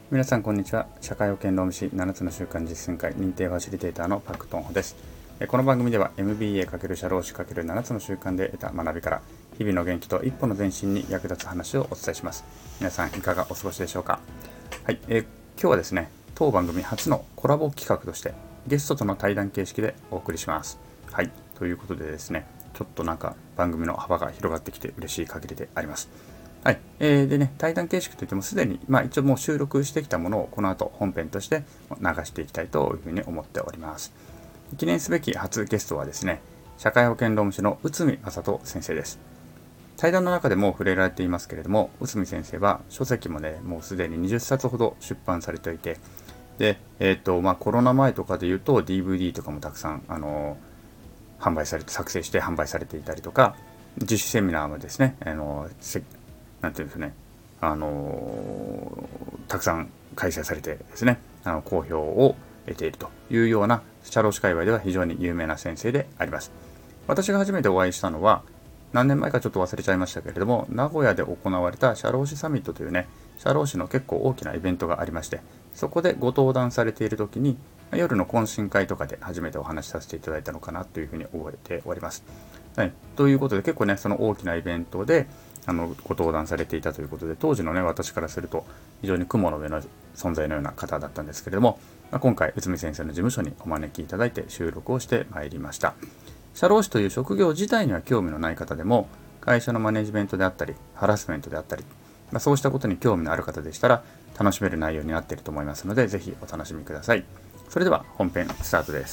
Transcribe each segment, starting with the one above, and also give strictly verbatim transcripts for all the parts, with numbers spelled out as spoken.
皆さんこんにちは。社会保険労務士ななつの習慣実践会認定ファシリテーターのパクトンホです。この番組では エムビーエー× 社労士 ×なな つの習慣で得た学びから日々の元気と一歩の前進に役立つ話をお伝えします。皆さんいかがお過ごしでしょうか。はい、えー、今日はですね、当番組初のコラボ企画としてゲストとの対談形式でお送りします。はい、ということでですね、ちょっとなんか番組の幅が広がってきて嬉しい限りであります。はい、えー、でね、対談形式といってもすでに、まあ、一応もう収録してきたものをこの後本編として流していきたいというふうに思っております。記念すべき初ゲストはですね、社会保険労務士の内海正人先生です。対談の中でも触れられていますけれども、内海先生は書籍もね、もうすでににじゅっさつほど出版されていて、で、えっと、まあ、コロナ前とかで言うと ディーブイディー とかもたくさん、あのー、販売されて、作成して販売されていたりとか、自主セミナーもですね、あのー、なんていうんですね、あのー、たくさん開催されてですね、あの好評を得ているというような社労士界隈では非常に有名な先生であります。私が初めてお会いしたのは何年前かちょっと忘れちゃいましたけれども、名古屋で行われた社労士サミットというね、社労士の結構大きなイベントがありまして、そこでご登壇されている時に夜の懇親会とかで初めてお話しさせていただいたのかなというふうに覚えております。はい、ということで結構ね、その大きなイベントであのご登壇されていたということで、当時のね、私からすると非常に雲の上の存在のような方だったんですけれども、まあ、今回内海先生の事務所にお招きいただいて収録をしてまいりました。社労士という職業自体には興味のない方でも、会社のマネジメントであったりハラスメントであったり、まあ、そうしたことに興味のある方でしたら楽しめる内容になっていると思いますので、ぜひお楽しみください。それでは本編スタートです。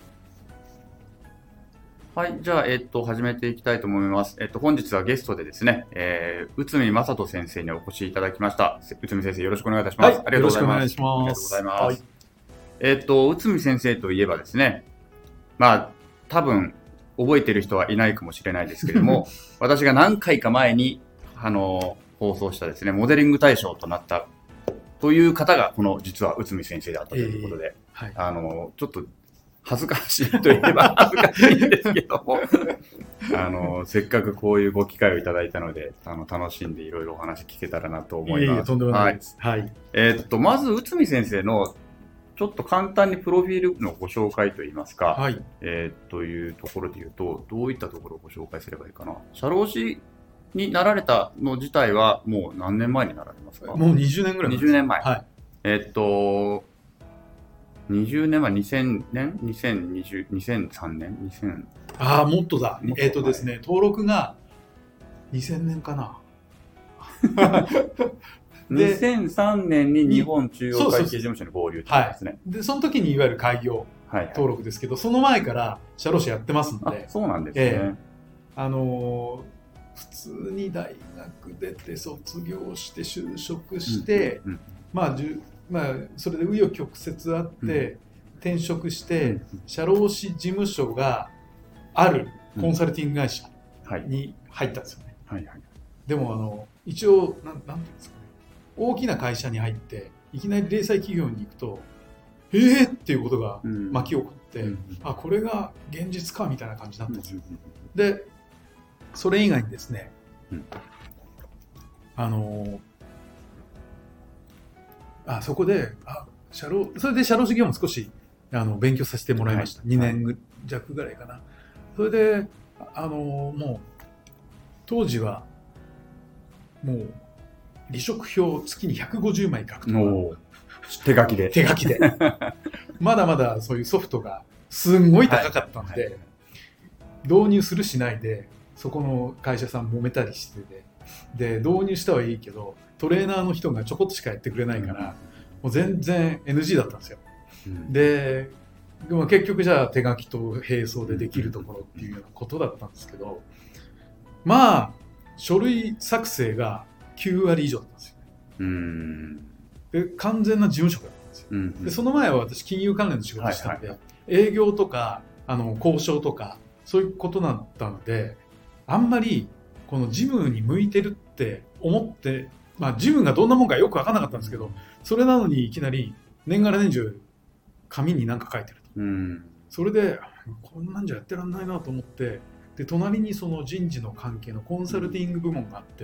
はい、じゃあ、えっと、始めていきたいと思います。えっと、本日はゲストでですね、えー、内海正人先生にお越しいただきました。内海先生、よろしくお願いいたします。 はい、 ありがとうございます。 よろしくお願いします。 ありがとうございます。 はい、 えっと、内海先生といえばですね、まあ、多分、覚えてる人はいないかもしれないですけれども、私が何回か前に、あの、放送したですね、モデリング大賞となったという方が、この、実は内海先生だったということで、えーはい、あの、ちょっと、恥ずかしいといえば恥ずかしいんですけどもあのせっかくこういうご機会をいただいたので、あの楽しんでいろいろお話聞けたらなと思います。 いえいえ、とんでもないです。はい。はい、 えー、っとまず内海先生のちょっと簡単にプロフィールのご紹介といいますか、はい、えー、というところで言うと、どういったところをご紹介すればいいかな。社労士になられたの自体はもう何年前になられますか？ もうにじゅうねんぐらい前です。 にじゅうねんまえ。 はい。 えー、っとにじゅうねんまえ、にせんねん ?にせんにじゅう、にせんさんねん ?にせんああ、もっとだ。えっとですね、登録がにせんねんかな。 にせんさんねんに日本中央会計事務所に合流ってことですね。 はい、で、その時にいわゆる開業登録ですけど、はいはい、その前から社労士やってますので。 そうなんですね。えー、 あのー、普通に大学出て卒業して就職して、うんうんうん、まあ、まあ、それで紆余曲折あって、うん、転職して、うん、社労士事務所があるコンサルティング会社に入ったんですよね。うんはいはいはい、でもあの一応なん、なんていうんですかね、大きな会社に入っていきなり零細企業に行くと、えーっていうことが巻き起こって、うん、あ、これが現実かみたいな感じになったんですよ。うん、で、それ以外にですね、うん、あのあそこであ社労それで社労士業も少しあの勉強させてもらいました。はい、にねん弱ぐらいかな。それであのもう当時はもう離職票月にひゃくごじゅうまい書くとか、 手書きで手書きでまだまだそういうソフトがすんごい高かったんで、はいはい、導入するしないでそこの会社さん揉めたりしてて、で導入したはいいけどトレーナーの人がちょこっとしかやってくれないから、うん、もう全然 エヌジー だったんですよ。うん、で, でも結局じゃあ手書きと並走でできるところっていうようなことだったんですけど、まあ書類作成がきゅうわり以上だったんですよね。うん、で完全な事務職だったんですよ。うんうん、でその前は私金融関連の仕事したので、はいはいはい、営業とかあの交渉とかそういうことだったので、あんまりこの事務に向いてるって思って、まあ、事務がどんなもんかよく分からなかったんですけど、それなのにいきなり年がら年中紙に何か書いてると、うん、それでこんなんじゃやってらんないなと思って、で隣にその人事の関係のコンサルティング部門があって、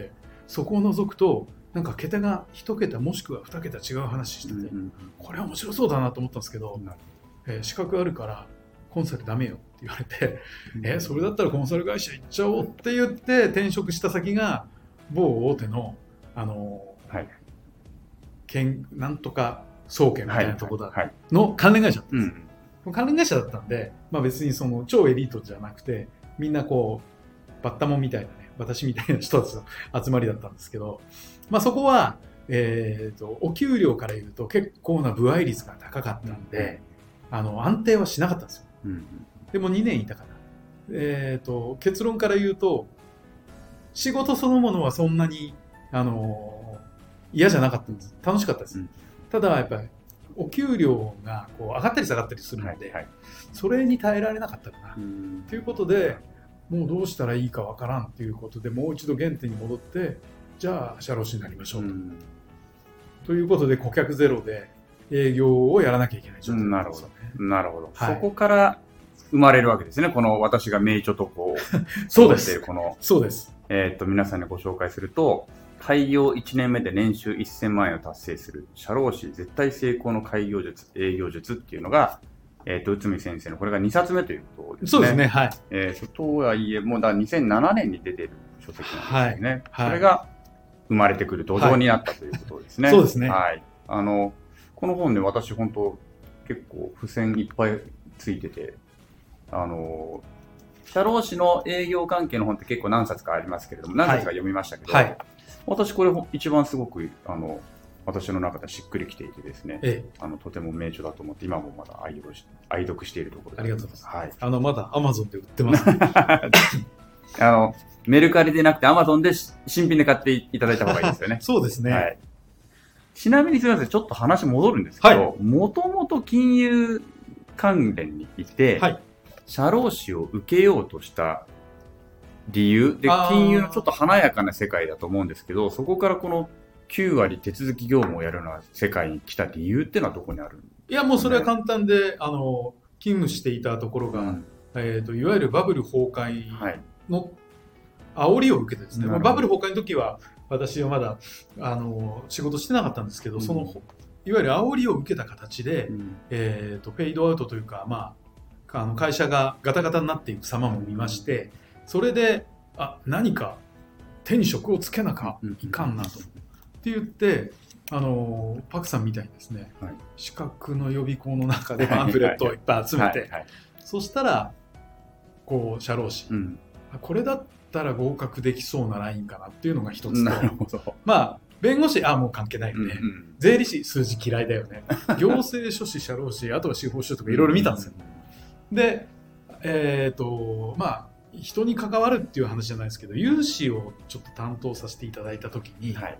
そこを除くとなんか桁が一桁もしくは二桁違う話してて、 うんうん、 これは面白そうだなと思ったんですけど、えー、資格あるからコンサルダメよって言われて、うん、えー、それだったらコンサル会社行っちゃおうって言って転職した先が某大手の、あのーはい、県なんとか総研みたいなところだの関連会社だったんです、はいはいうん、関連会社だったんで、まあ、別にその超エリートじゃなくてみんなこうバッタモンみたいなね私みたいな人たちの集まりだったんですけど、まあ、そこは、えーと、お給料から言うと結構な歩合率が高かったんで、うん、あの安定はしなかったんですよ、うん、でもにねんいたから、えーと、結論から言うと仕事そのものはそんなにあの嫌じゃなかったんです。楽しかったです、うん、ただやっぱりお給料がこう上がったり下がったりするので、はいはい、それに耐えられなかったかなということで、もうどうしたらいいかわからんということでもう一度原点に戻ってじゃあ社労士になりましょうと、うん、ということで顧客ゼロで営業をやらなきゃいけない状態なんですよね、 うん、なるほど、なるほど、はい、そこから生まれるわけですね、この私が名著とこうそうですこのそうです、 えー、っと皆さんにご紹介すると開業いちねんめで年収せんまんえんを達成する社労士絶対成功の開業術営業術っていうのが、えー、と内海先生のこれがにさつめということですね。 そうですね、はい、 えー、とはいえもうだにせんななねんに出ている書籍なんですよね、はい、それが生まれてくる土壌になったということですね、 はい、そうですね、 はい、あのこの本で私本当結構付箋いっぱいついてて、あの社労士の営業関係の本って結構何冊かありますけれども何冊か読みましたけど、はいはい、私これ一番すごくあの私の中でしっくりきていてですね、ええ、あのとても名著だと思って今もまだ愛読し、愛読しているところです。 ありがとうございます、はい、あのまだ Amazon で売ってますあのメルカリでなくて Amazon で新品で買っていただいた方がいいですよねそうですね、はい、 ちなみにすみませんちょっと話戻るんですけど、もともと金融関連にいて、はい、社労士を受けようとした理由で金融のちょっと華やかな世界だと思うんですけど、そこからこのきゅうわり手続き業務をやるような世界に来た理由っていうのはどこにあるんですかね。 いやもうそれは簡単で、あの勤務していたところが、うんえー、といわゆるバブル崩壊の煽りを受けてですね、はい、バブル崩壊の時は私はまだあの仕事してなかったんですけど、うん、そのいわゆる煽りを受けた形で、うんえー、とフェードアウトというか、まあ、あの会社がガタガタになっていく様も見まして、それであ何か手に職をつけなきゃいかんなと、うんって言ってあのパクさんみたいにですね、はい、資格の予備校の中でパンフレットをいっぱい集めて、はいはい、そしたらこう社労士、うん、これだったら合格できそうなラインかなっていうのが一つと、なるほど、まあ弁護士あもう関係ないよね、うんうん、税理士数字嫌いだよね行政書士社労士あとは司法書士とかいろいろ見たんですよ、うん、でえっ、ー、とまあ人に関わるっていう話じゃないですけど融資をちょっと担当させていただいたときに、はい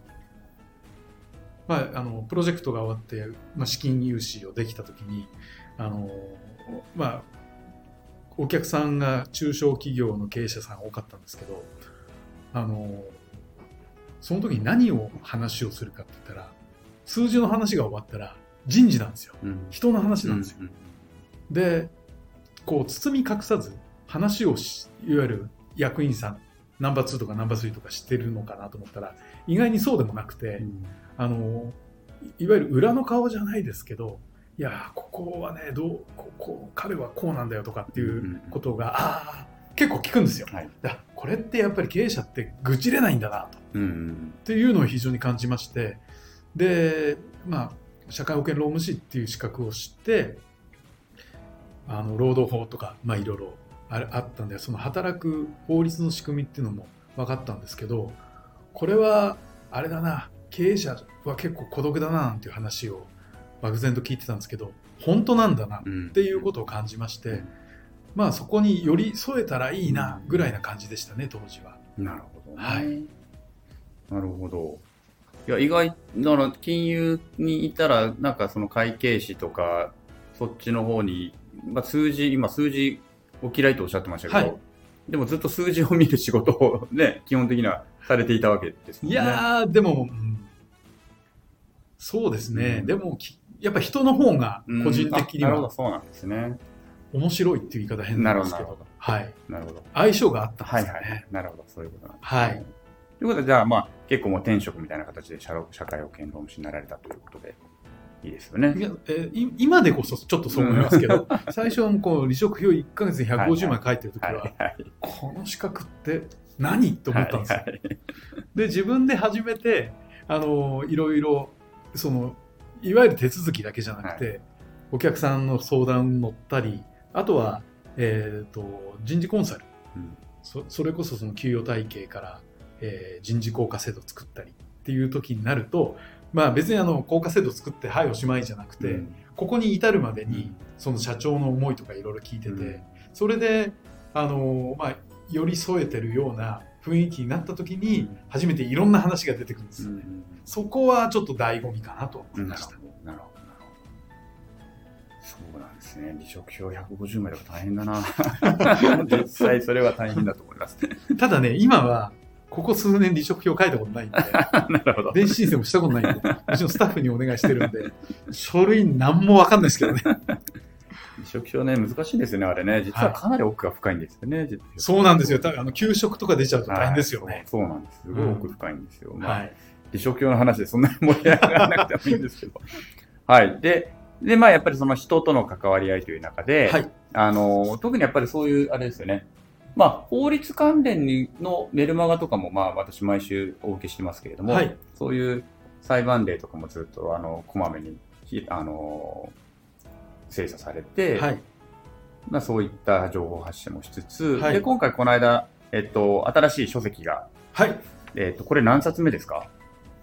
まあ、あのプロジェクトが終わって、まあ、資金融資をできたときにあの、まあ、お客さんが中小企業の経営者さんが多かったんですけどあのその時に何を話をするかって言ったら数字の話が終わったら人事なんですよ、うん、人の話なんですよ、うんうん、でこう包み隠さず話をしいわゆる役員さんナンバーツーとかナンバースリーとか知ってるのかなと思ったら意外にそうでもなくて、うん、あのいわゆる裏の顔じゃないですけどいやここはねどうここ彼はこうなんだよとかっていうことが、うんうん、あ結構聞くんですよ、はい、だこれってやっぱり経営者って愚痴れないんだなと、うんうん、っていうのを非常に感じましてで、まあ、社会保険労務士っていう資格を知ってあの労働法とか、まあ、いろいろあ, あったんでその働く法律の仕組みっていうのも分かったんですけどこれはあれだな経営者は結構孤独だななんていう話を漠然と聞いてたんですけど本当なんだなっていうことを感じまして、うん、まあそこにより添えたらいいなぐらいな感じでしたね当時は。 なるほど、ね、はい、なるほど。いや意外だから金融にいたらなんかその会計士とかそっちの方に、まあ、数字今数字お嫌いとおっしゃってましたけど、はい、でもずっと数字を見る仕事をね基本的にはされていたわけですもんね。 いやーでも、うん、そうですね、うん、でもやっぱ人の方が個人的には、うん、なるほどそうなんですね。 面白いっていう言い方変なんですけど、 はい、なるほど相性があったんですよね。 はいはい、なるほどそういうことなんですね。はい。 ということで、じゃあ、まあ、結構もう転職みたいな形で社社会保険労務士になられたということで、いいですよね。 いや、えーい今でこそちょっとそう思いますけど、最初はもうこう離職票いっかげつにひゃくごじゅうまい書いてるときは、 はいはい、 この資格って何と思ったんですよ。 はいはい、 で、自分で始めて、あのいろいろ、その、いわゆる手続きだけじゃなくて、はい、お客さんの相談に乗ったり、あとは、えーと、人事コンサル、うん、そ, それこそその給与体系から、えー、人事効果制度を作ったりっていう時になると、まあ、別にあの効果制度を作ってはいおしまいじゃなくて、うん、ここに至るまでにその社長の思いとかいろいろ聞いてて、うん、それであの、まあ、寄り添えてるような雰囲気になった時に初めていろんな話が出てくるんですよね、うん、そこはちょっと醍醐味かなと思いました。 なるほど、なるほど。そうなんですね。離職票ひゃくごじゅうまいとか大変だな。実際それは大変だと思います。 ただね、今はここ数年離職票書いたことないんで、 なるほど、 電子申請もしたことないんで、もちろんスタッフにお願いしてるんで、書類なんもわかんないですけどね。離職票ね、難しいんですよね、あれね。実はかなり奥が深いんですよね。はい、 そうなんですよ。あの給食とか出ちゃうと大変ですよね。 はい、そう、そうなんです。すごい奥深いんですよ。うんまあはい、離職票の話でそんなに盛り上がらなくてもいいんですけど。はい。で、で、まあやっぱりその人との関わり合いという中で、はい、あの、特にやっぱりそういう、あれですよね。まあ、法律関連のメルマガとかも、まあ、私毎週お受けしてますけれども、はい、そういう裁判例とかもずっと、あの、こまめに、あの、精査されて、はい、まあ、そういった情報発信もしつつ、はい、で、今回この間、えっと、新しい書籍が、はい、えっと、これ何冊目ですか？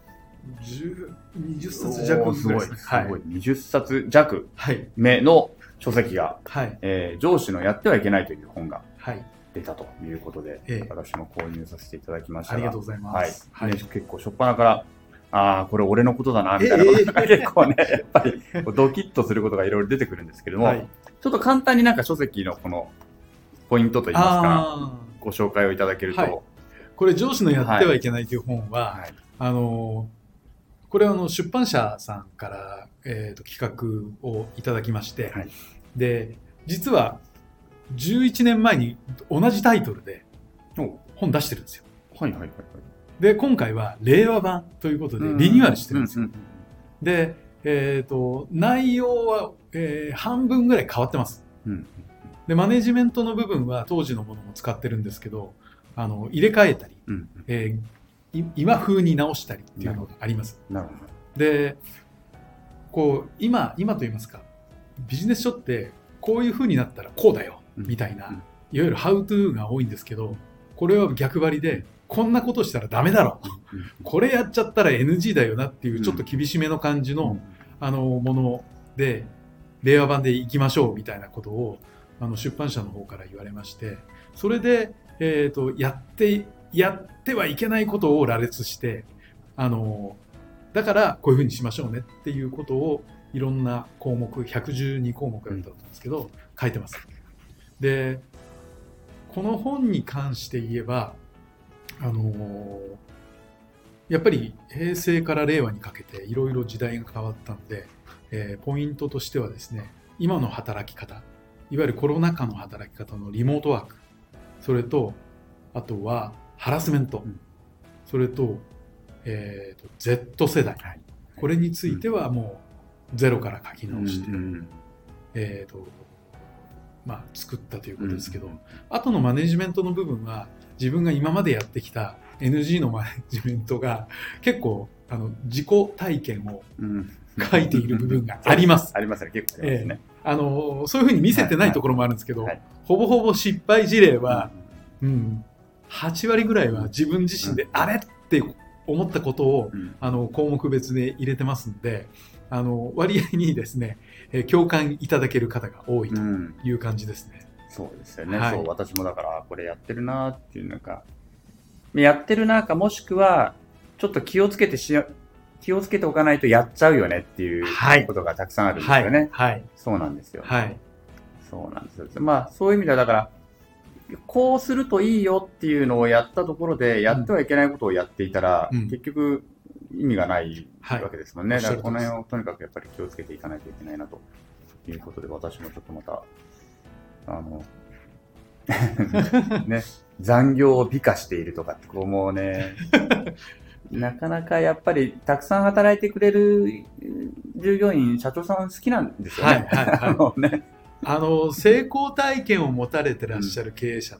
にじゅっさつ弱すごい、すごい、にじゅっさつ弱目の書籍が、はい、えー、上司のやってはいけないという本が、はい出たということで、ええ、私も購入させていただきましたが、 ありがとうございます。 はい。はい、結構初っ端からああこれ俺のことだなみたいなことが、えー、結構ねやっぱりドキッとすることがいろいろ出てくるんですけども、はい、ちょっと簡単になんか書籍のこのポイントといいますかご紹介をいただけると、はい、 これ上司のやってはいけないという本は、はい、あのこれはあの出版社さんから、えー、と企画をいただきまして、はい、で実はじゅういちねんまえに同じタイトルで本出してるんですよ。 はいはいはいはい。 で、今回は令和版ということでリニューアルしてるんですよ。で、えっと、内容は、えー、半分ぐらい変わってます。うん、で、マネジメントの部分は当時のものも使ってるんですけど、あの、入れ替えたり、うんえー、今風に直したりっていうのがあります。 なるほど。 で、こう、今、今と言いますか、ビジネス書ってこういう風になったらこうだよ。みたいな、いわゆるハウトゥーが多いんですけど、これは逆張りで、こんなことしたらダメだろう。これやっちゃったら エヌジー だよなっていうちょっと厳しめの感じの、あのもので、令和版でいきましょうみたいなことをあの出版社の方から言われまして、それで、えーと、やって、やってはいけないことを羅列して、あの、だからこういうふうにしましょうねっていうことをいろんな項目、ひゃくじゅうにこうもくだったんですけど、書いてます。でこの本に関して言えば、あのー、やっぱり平成から令和にかけていろいろ時代が変わったので、えー、ポイントとしてはですね、今の働き方、いわゆるコロナ禍の働き方のリモートワーク、それとあとはハラスメント、うん、それと、えーと Z 世代、はい、これについてはもうゼロから書き直して、うんうん、えーとまあ、作ったということですけど、うん、あとのマネジメントの部分は自分が今までやってきた エヌジー のマネジメントが結構あの自己体験を書いている部分があります。 ありますね、結構ありますね、 えー、あのそういうふうに見せてないところもあるんですけど、はいはい、ほぼほぼ失敗事例は、うんうん、はちわりぐらいは自分自身で、うん、あれって思ったことを、うん、あの項目別で入れてますので、あの割合にですね、えー、共感いただける方が多いという感じですね。 うん、そうですよね、はい、そう私もだからこれやってるなっていうなんかやってるなかもしくはちょっと気をつけてし気をつけておかないとやっちゃうよねっていうことがたくさんあるんですよね。はいはい、そうなんですよ。はい、そうなんですよ。まあそういう意味ではだからこうするといいよっていうのをやったところでやってはいけないことをやっていたら、うん、結局意味がないわけですもんね。はい、だからこの辺をとにかくやっぱり気をつけていかないといけないなということで、私もちょっとまた、あの、ね、 残業を美化しているとかって、こうもうね、なかなかやっぱりたくさん働いてくれる従業員、社長さん好きなんですよね。 はいはいはいあのね、 あの成功体験を持たれてらっしゃる経営者って、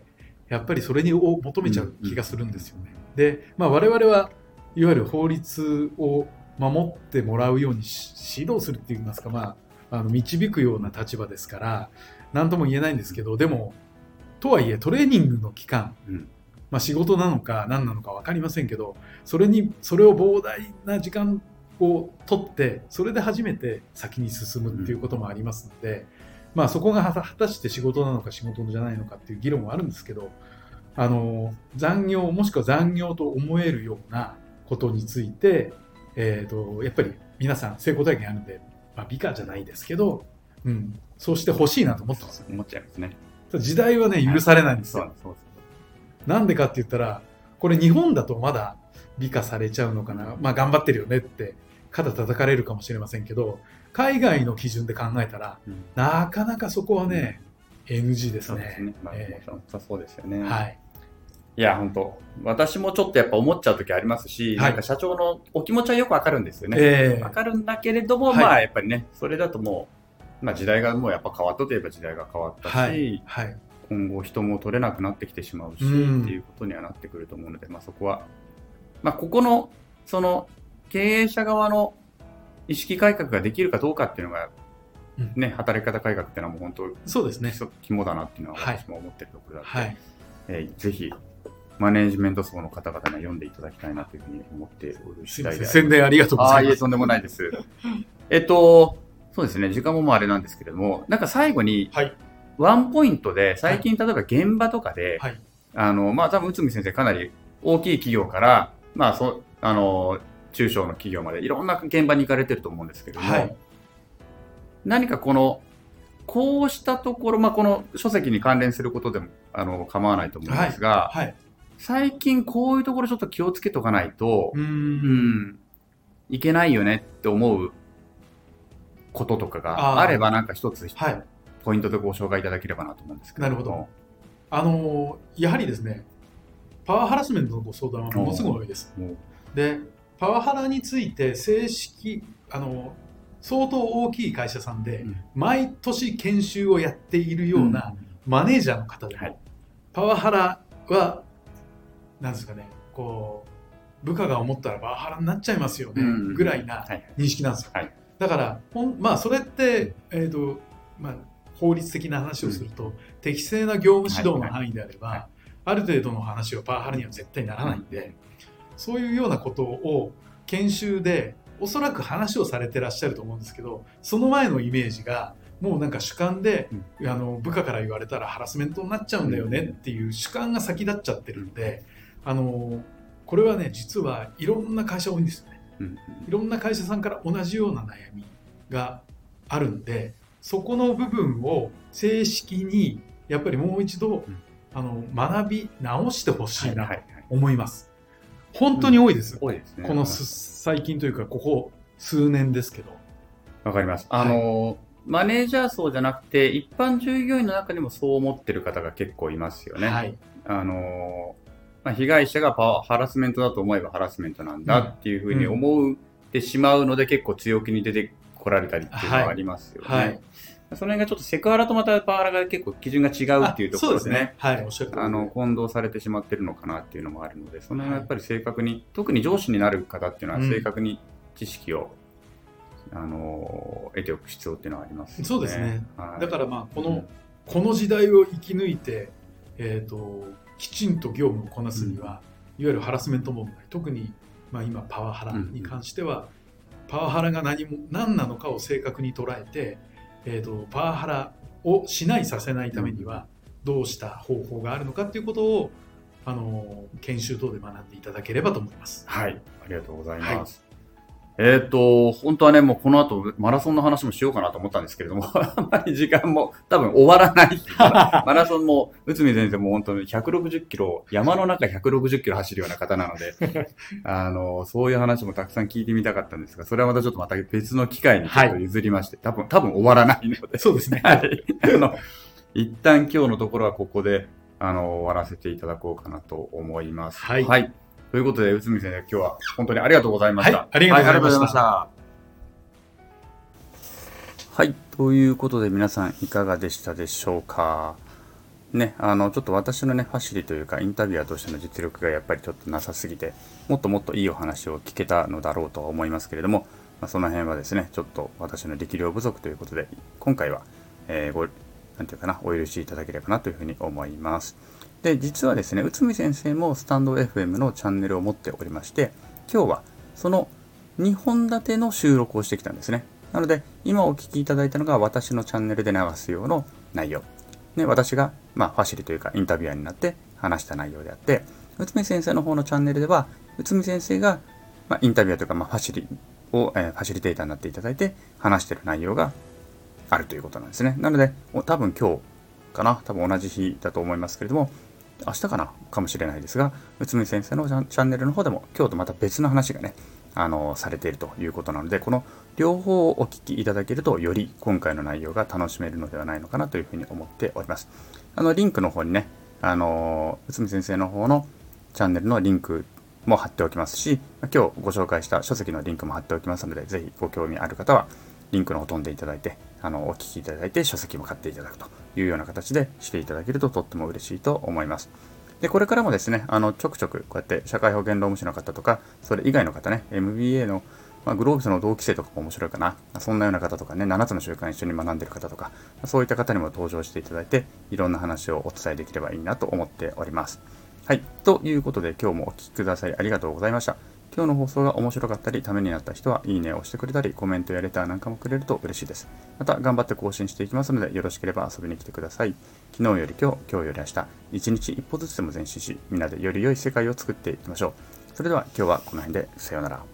やっぱりそれにを求めちゃう気がするんですよね。で、まあ、我々はいわゆる法律を守ってもらうように指導するっていいますか、まあ、あの導くような立場ですから何とも言えないんですけど、でもとはいえトレーニングの期間、 うんまあ、仕事なのか何なのか分かりませんけど、それにそれを膨大な時間を取ってそれで初めて先に進むっていうこともありますので、うんまあ、そこが果たして仕事なのか仕事じゃないのかっていう議論はあるんですけど、あの残業もしくは残業と思えるようなことについて、えー、とやっぱり皆さん成功体験あるんで、まあ、美化じゃないですけど、うん、そうしてほしいなと思ってます。 思っちゃいますね。 時代はね許されないんですよ。 はい、そうそうなんでかって言ったら、これ日本だとまだ美化されちゃうのかな、まあ頑張ってるよねって肩叩かれるかもしれませんけど、海外の基準で考えたら、うん、なかなかそこはね、うん、エヌジー ですね。 そうですね。まあ、えー、もちろんそうですよね。 はい。 いや、本当私もちょっとやっぱ思っちゃう時ありますし、はい、なんか社長のお気持ちはよくわかるんですよね。 えー、 わかるんだけれども、はい、まあやっぱりね、それだともう、まあ時代がもうやっぱ変わったといえば時代が変わったし、 はいはい、 今後人も取れなくなってきてしまうし、うん、っていうことにはなってくると思うので、まあそこは、まあここの、その経営者側の意識改革ができるかどうかっていうのが、ね、うん、働き方改革っていうのはもう本当、 そうですね。 肝だなっていうのは私も思ってるところだったので、 はいえー、ぜひ、マネージメント層の方々に読んでいただきたいなというふうに思っておる次第であります。 宣伝ありがとうございます。 あ、いえ、とんでもないです。えっと、そうですね、時間ももうあれなんですけれども、なんか最後に、はい、ワンポイントで、最近、例えば現場とかで、はい、あの、まあ、多分、内海先生、かなり大きい企業から、まあ、そ、あの、中小の企業まで、いろんな現場に行かれてると思うんですけれども、はい、何かこの、こうしたところ、まあ、この書籍に関連することでも、あの、構わないと思うんですが、はいはい、最近こういうところちょっと気をつけとかないと、うーん、うん、いけないよねって思うこととかがあれば、なんか一つ、はい、ポイントでご紹介いただければなと思うんですけど。 なるほど。あのやはりですね、パワーハラスメントのご相談はものすごい多いです。で、パワハラについて正式、あの相当大きい会社さんで、うん、毎年研修をやっているようなマネージャーの方でも、うんはい、パワハラはなんですかね、こう部下が思ったらパワハラになっちゃいますよね、うん、ぐらいな認識なんですよ。はいはい、だからほん、まあ、それって、えーとまあ、法律的な話をすると、うん、適正な業務指導の範囲であれば、はいはい、ある程度の話はパワハラには絶対ならないんで、うん、そういうようなことを研修でおそらく話をされてらっしゃると思うんですけど、その前のイメージがもうなんか主観で、うん、あの部下から言われたらハラスメントになっちゃうんだよねっていう主観が先立っちゃってるんで、あのこれはね実はいろんな会社多いんですよね、うん、いろんな会社さんから同じような悩みがあるんで、そこの部分を正式にやっぱりもう一度、うん、あの学び直してほしいなと思います。はいはいはい、本当に多いです、うん、多いですね、この最近というかここ数年ですけど。わかります。あの、はい、マネージャー層じゃなくて一般従業員の中にもそう思ってる方が結構いますよね。はい、あのまあ、被害者がパワハラスメントだと思えばハラスメントなんだっていうふうに思ってしまうので、うん、結構強気に出てこられたりっていうのはありますよね。はいはい、その辺がちょっとセクハラとまたパワハラが結構基準が違うっていうところでね、 はい、おっしゃる通り、 あの混同されてしまってるのかなっていうのもあるので、その辺はやっぱり正確に、はい、特に上司になる方っていうのは正確に知識を、うん、あの得ておく必要っていうのはありますよね。 そうですね。はい、だからまあこの、うん、この時代を生き抜いて、えーと、きちんと業務をこなすには、うん、いわゆるハラスメント問題、特にまあ今パワハラに関しては、うん、パワハラが何も何なのかを正確に捉えて、えーと、パワハラをしないさせないためにはどうした方法があるのかということをあの研修等で学んでいただければと思います。 はい、ありがとうございます。はい、えっと本当はねもうこの後マラソンの話もしようかなと思ったんですけれどもあんまり時間も多分終わらないマラソンも内海先生も本当にひゃくろくじゅっキロ山の中ひゃくろくじゅっキロ走るような方なのであのそういう話もたくさん聞いてみたかったんですが、それはまたちょっとまた別の機会にちょっと譲りまして、はい、多分多分終わらないのでそうですね。 はい、あの一旦今日のところはここであの終わらせていただこうかなと思います。 はい。 はい、ということで、内海先生、今日は本当にありがとうございました。 はい、ありがとうございました。はい、ありがとうございました。 はい、ということで皆さんいかがでしたでしょうか。ね、あのちょっと私のねファシリというかインタビュアーとしての実力がやっぱりちょっとなさすぎて、もっともっといいお話を聞けたのだろうとは思いますけれども、まあ、その辺はですねちょっと私の力量不足ということで、今回は、えー、ごなんていうかなお許しいただければなというふうに思います。で、実はですね、内海先生もスタンド エフエム のチャンネルを持っておりまして、今日はそのにほん立ての収録をしてきたんですね。なので今お聞きいただいたのが私のチャンネルで流す用の内容。ね、私が、まあ、ファシリというかインタビュアーになって話した内容であって、内海先生の方のチャンネルでは内海先生が、まあ、インタビュアーというか、まあ、ファシリを、えー、ファシリテーターになっていただいて話している内容があるということなんですね。なので多分今日かな、多分同じ日だと思いますけれども、明日かなかもしれないですが、内海先生のチャンネルの方でも今日とまた別の話がねあのされているということなので、この両方をお聞きいただけるとより今回の内容が楽しめるのではないのかなというふうに思っております。あのリンクの方にね、あの内海先生の方のチャンネルのリンクも貼っておきますし、今日ご紹介した書籍のリンクも貼っておきますので、ぜひご興味ある方はリンクの方飛んでいただいて、あのお聞きいただいて書籍も買っていただくというような形でしていただけるととっても嬉しいと思います。で、これからもですね、あのちょくちょくこうやって社会保険労務士の方とか、それ以外の方ね、エムビーエー の、まあ、グロービスの同期生とかも面白いかな、そんなような方とかね、ななつの習慣一緒に学んでいる方とか、そういった方にも登場していただいて、いろんな話をお伝えできればいいなと思っております。はい、ということで今日もお聞きくださりありがとうございました。今日の放送が面白かったりためになった人はいいねを押してくれたり、コメントやレターなんかもくれると嬉しいです。また頑張って更新していきますので、よろしければ遊びに来てください。昨日より今日、今日より明日、一日一歩ずつでも前進し、みんなでより良い世界を作っていきましょう。それでは今日はこの辺でさようなら。